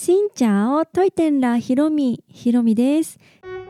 しんちゃおトイテンラひろみです。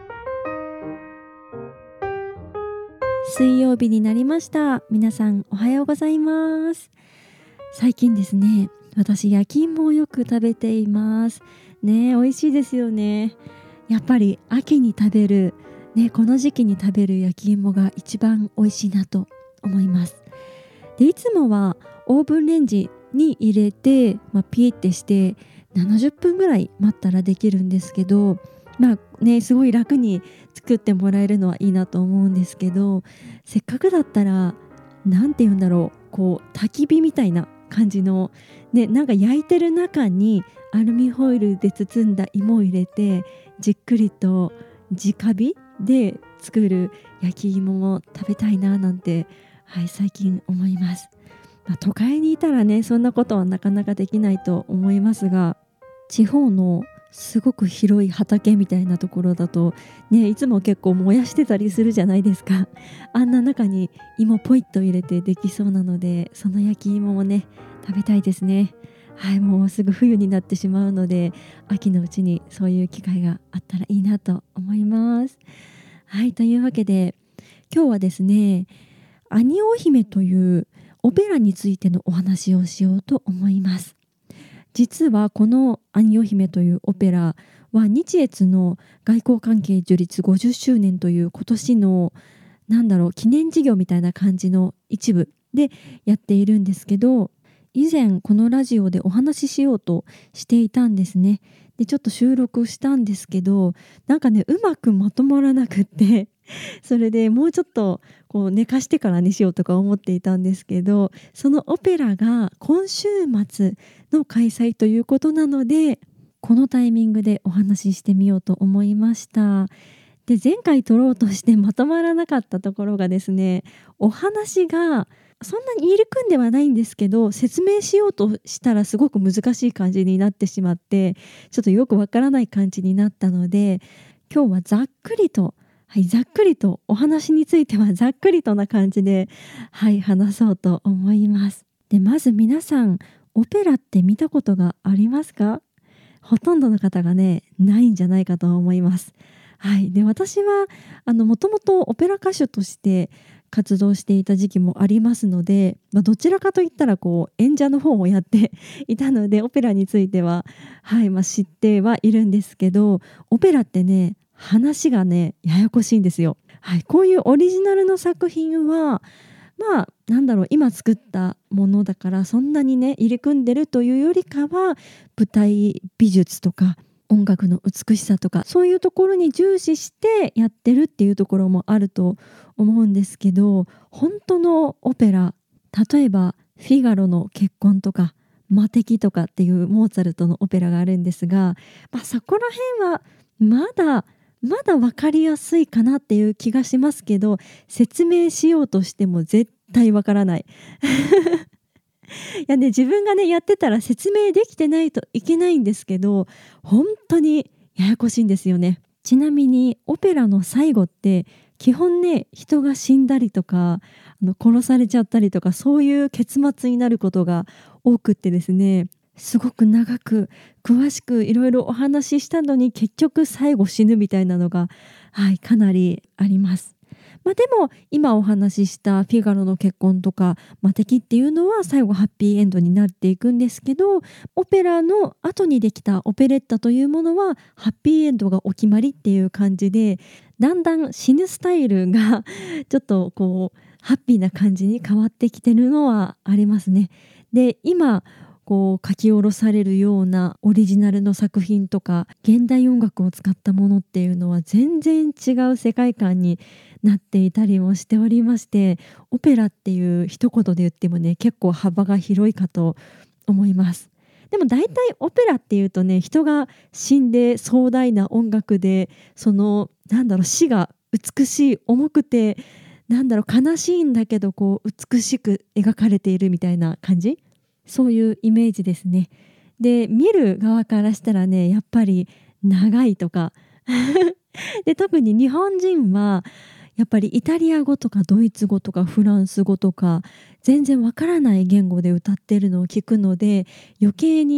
水曜日になりました。皆さんおはようございます。最近ですね、私焼き芋をよく食べていますね。美味しいですよね。やっぱり秋に食べるね、この時期に食べる焼き芋が一番美味しいなと思います。でいつもはオーブンレンジに入れて、ピーってして70分ぐらい待ったらできるんですけど、すごい楽に作ってもらえるのはいいなと思うんですけど、せっかくだったらなんて言うんだろう、焚き火みたいな感じのね、なんか焼いてる中にアルミホイルで包んだ芋を入れてじっくりと直火で作る焼き芋も食べたいななんて、最近思います。都会にいたらね、そんなことはなかなかできないと思いますが、地方のすごく広い畑みたいなところだとね、いつも結構燃やしてたりするじゃないですか。あんな中に芋ポイッと入れてできそうなので、その焼き芋もね食べたいですね。もうすぐ冬になってしまうので、秋のうちにそういう機会があったらいいなと思います。というわけで今日はですね、アニオ姫というオペラについてのお話をしようと思います。実はこのアニオ姫というオペラは日越の外交関係樹立50周年という今年の記念事業みたいな感じの一部でやっているんですけど、以前このラジオでお話ししようとしていたんですね。でちょっと収録したんですけど、うまくまとまらなくってそれでもうちょっと寝かしてからにしようとか思っていたんですけど、そのオペラが今週末の開催ということなので、このタイミングでお話ししてみようと思いました。で前回撮ろうとしてまとまらなかったところがですね、お話がそんなに入り組んではないんですけど、説明しようとしたらすごく難しい感じになってしまって、ちょっとよくわからない感じになったので、今日はざっくりとお話についてはざっくりとな感じで話そうと思います。でまず皆さん、オペラって見たことがありますか？ほとんどの方がね、ないんじゃないかと思います。で私はもともとオペラ歌手として活動していた時期もありますので、どちらかといったら演者の方をやっていたので、オペラについては、知ってはいるんですけど、オペラってね、話がねややこしいんですよ。こういうオリジナルの作品は今作ったものだからそんなにね入り組んでるというよりかは、舞台美術とか音楽の美しさとかそういうところに重視してやってるっていうところもあると思うんですけど、本当のオペラ、例えばフィガロの結婚とか魔笛とかっていうモーツァルトのオペラがあるんですが、そこら辺はまだ分かりやすいかなっていう気がしますけど、説明しようとしても絶対分からないいやね、自分がねやってたら説明できてないといけないんですけど、本当にややこしいんですよね。ちなみにオペラの最後って基本ね、人が死んだりとか殺されちゃったりとか、そういう結末になることが多くってですね、すごく長く詳しくいろいろお話ししたのに結局最後死ぬみたいなのが、かなりあります。でも今お話ししたフィガロの結婚とか魔笛っていうのは最後ハッピーエンドになっていくんですけど、オペラの後にできたオペレッタというものはハッピーエンドがお決まりっていう感じで、だんだん死ぬスタイルがちょっとハッピーな感じに変わってきてるのはありますね。で今書き下ろされるようなオリジナルの作品とか現代音楽を使ったものっていうのは全然違う世界観になっていたりもしておりまして、オペラっていう一言で言ってもね、結構幅が広いかと思います。でも大体オペラっていうとね、人が死んで壮大な音楽で、その死が美しい、重くて悲しいんだけど美しく描かれているみたいな感じ、そういうイメージですね。で見る側からしたらね、やっぱり長いとかで特に日本人はやっぱりイタリア語とかドイツ語とかフランス語とか全然わからない言語で歌ってるのを聞くので、余計に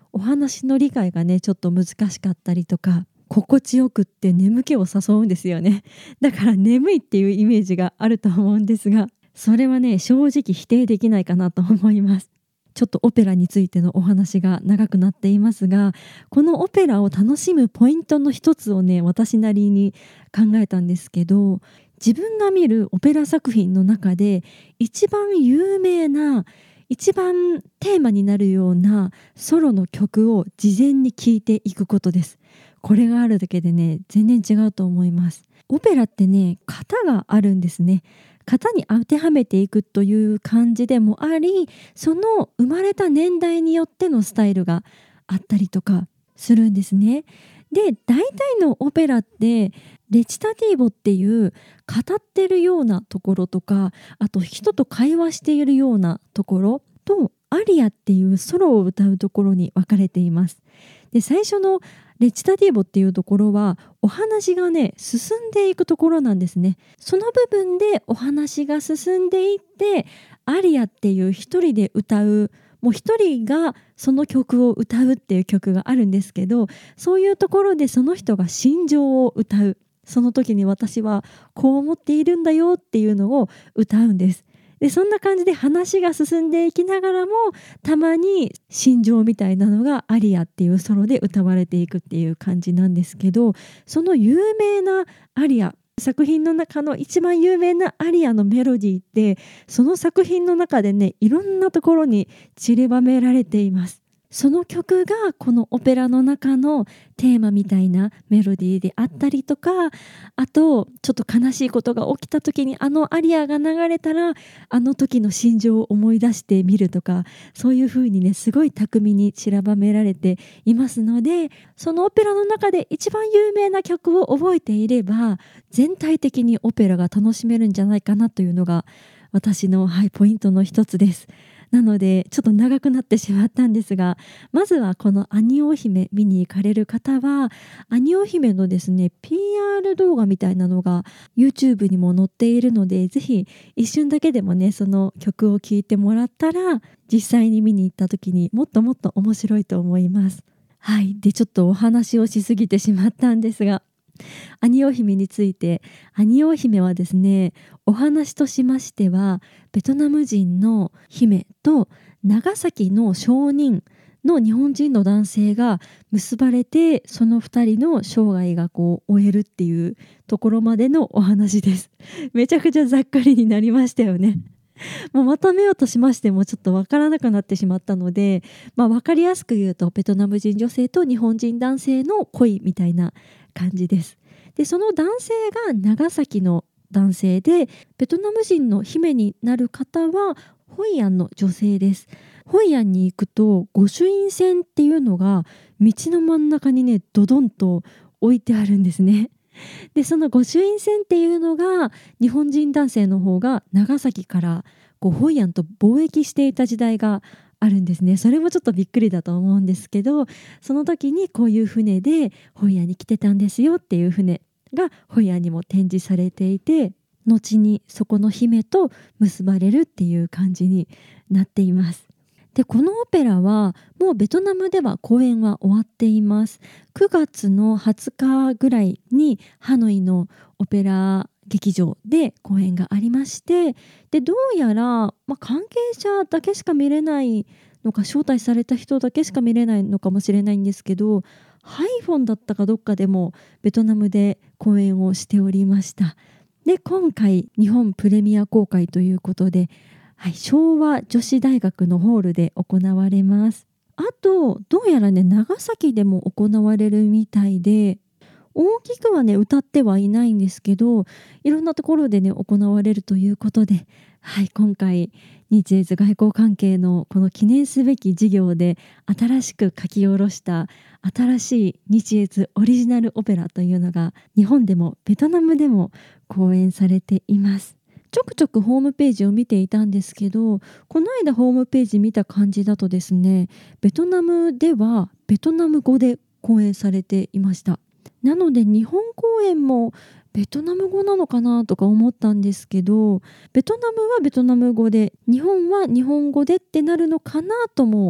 お話の理解がねちょっと難しかったりとか、心地よくって眠気を誘うんですよね。だから眠いっていうイメージがあると思うんですが、それはね正直否定できないかなと思います。ちょっとオペラについてのお話が長くなっていますが、このオペラを楽しむポイントの一つをね私なりに考えたんですけど、自分が見るオペラ作品の中で一番有名な、一番テーマになるようなソロの曲を事前に聴いていくことです。これがあるだけでね全然違うと思います。オペラってね型があるんですね。型に当てはめていくという感じでもあり、その生まれた年代によってのスタイルがあったりとかするんですね。で、大体のオペラってレチタティーボっていう語ってるようなところとか、あと人と会話しているようなところと、アリアっていうソロを歌うところに分かれています。で、最初のレチタティーボっていうところはお話がね進んでいくところなんですね。その部分でお話が進んでいって、アリアっていう一人で歌う、もう一人がその曲を歌うっていう曲があるんですけど、そういうところでその人が心情を歌う、その時に私はこう思っているんだよっていうのを歌うんです。でそんな感じで話が進んでいきながらも、たまに心情みたいなのがアリアっていうソロで歌われていくっていう感じなんですけど、その有名なアリア、作品の中の一番有名なアリアのメロディーって、その作品の中でねいろんなところに散りばめられています。その曲がこのオペラの中のテーマみたいなメロディーであったりとか、あとちょっと悲しいことが起きた時にあのアリアが流れたらあの時の心情を思い出してみるとか、そういう風にねすごい巧みに散らばめられていますので、そのオペラの中で一番有名な曲を覚えていれば全体的にオペラが楽しめるんじゃないかなというのが私の、ポイントの一つです。なのでちょっと長くなってしまったんですが、まずはこのアニオ姫見に行かれる方は、アニオ姫のですね PR 動画みたいなのが YouTube にも載っているので、ぜひ一瞬だけでもねその曲を聴いてもらったら実際に見に行った時にもっともっと面白いと思います。でちょっとお話をしすぎてしまったんですが、アニオ姫について、アニオ姫はですね、お話としましてはベトナム人の姫と長崎の商人の日本人の男性が結ばれて、その2人の生涯がこう終えるっていうところまでのお話です。めちゃくちゃざっくりになりましたよね。もうまとめようとしましてもちょっとわからなくなってしまったので、わかりやすく言うとベトナム人女性と日本人男性の恋みたいな感じです。でその男性が長崎の男性で、ベトナム人の姫になる方はホイアンの女性です。ホイアンに行くと御朱印船っていうのが道の真ん中にねドドンと置いてあるんですね。でその御朱印船っていうのが日本人男性の方が長崎からホイアンと貿易していた時代があるんですね。それもちょっとびっくりだと思うんですけど、その時にこういう船でホイアンに来てたんですよっていう船がホイアンにも展示されていて、後にそこの姫と結ばれるっていう感じになっています。でこのオペラはもうベトナムでは公演は終わっています。9月の20日ぐらいにハノイのオペラ劇場で公演がありまして、でどうやら、関係者だけしか見れないのか招待された人だけしか見れないのかもしれないんですけど、ハイフォンだったかどっかでもベトナムで公演をしておりました。で今回日本プレミア公開ということで、昭和女子大学のホールで行われます。あとどうやらね長崎でも行われるみたいで、大きくはね歌ってはいないんですけど、いろんなところでね行われるということで、今回日越外交関係のこの記念すべき事業で新しく書き下ろした新しい日越オリジナルオペラというのが日本でもベトナムでも公演されています。ちょくちょくホームページを見ていたんですけど、この間ホームページ見た感じだとですね、ベトナムではベトナム語で公演されていました。なので日本公演もベトナム語なのかなとか思ったんですけど、ベトナムはベトナム語で日本は日本語でってなるのかなとも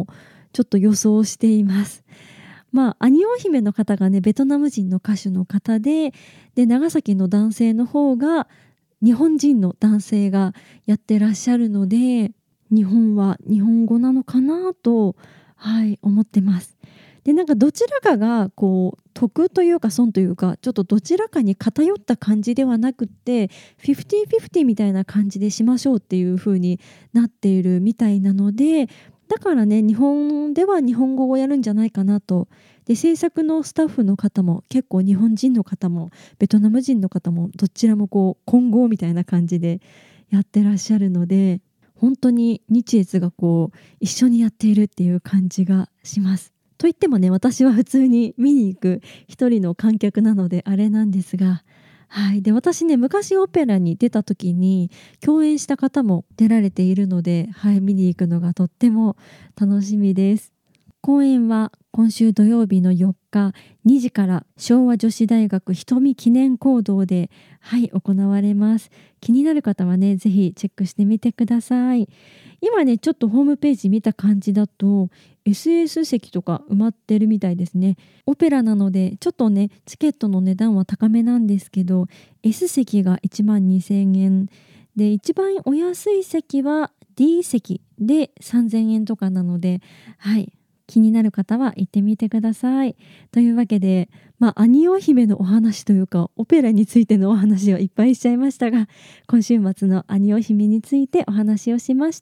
ちょっと予想しています。アニオ姫の方がねベトナム人の歌手の方で、長崎の男性の方が日本人の男性がやってらっしゃるので、日本は日本語なのかなと、思ってます。でなんかどちらかがこう得というか損というか、ちょっとどちらかに偏った感じではなくって50-50みたいな感じでしましょうっていう風になっているみたいなので、だからね日本では日本語をやるんじゃないかなと。で制作のスタッフの方も結構日本人の方もベトナム人の方もどちらもこう混合みたいな感じでやってらっしゃるので、本当に日越がこう一緒にやっているっていう感じがします。といってもね、私は普通に見に行く一人の観客なのであれなんですが、で私ね昔オペラに出た時に共演した方も出られているので、見に行くのがとっても楽しみです。公演は今週土曜日の4日2時から昭和女子大学瞳記念講堂で行われます。気になる方はねぜひチェックしてみてください。今ねちょっとホームページ見た感じだと SS 席とか埋まってるみたいですね。オペラなのでちょっとねチケットの値段は高めなんですけど、 S 席が12,000円で、一番お安い席は D 席で3,000円とかなので、気になる方は行ってみてください。というわけで、アニオ姫のお話というかオペラについてのお話をいっぱいしちゃいましたが、今週末のアニオ姫についてお話をしました。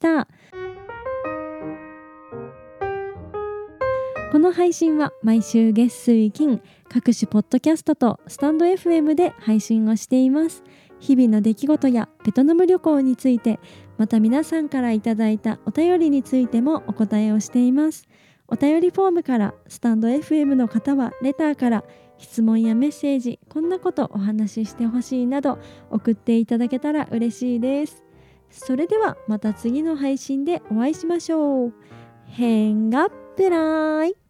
この配信は毎週月水金各種ポッドキャストとスタンド FM で配信をしています。日々の出来事やベトナム旅行について、また皆さんからいただいたお便りについてもお答えをしています。お便りフォームから、スタンド FM の方はレターから質問やメッセージ、こんなことお話ししてほしいなど送っていただけたら嬉しいです。それではまた次の配信でお会いしましょう。変がっぺらーい。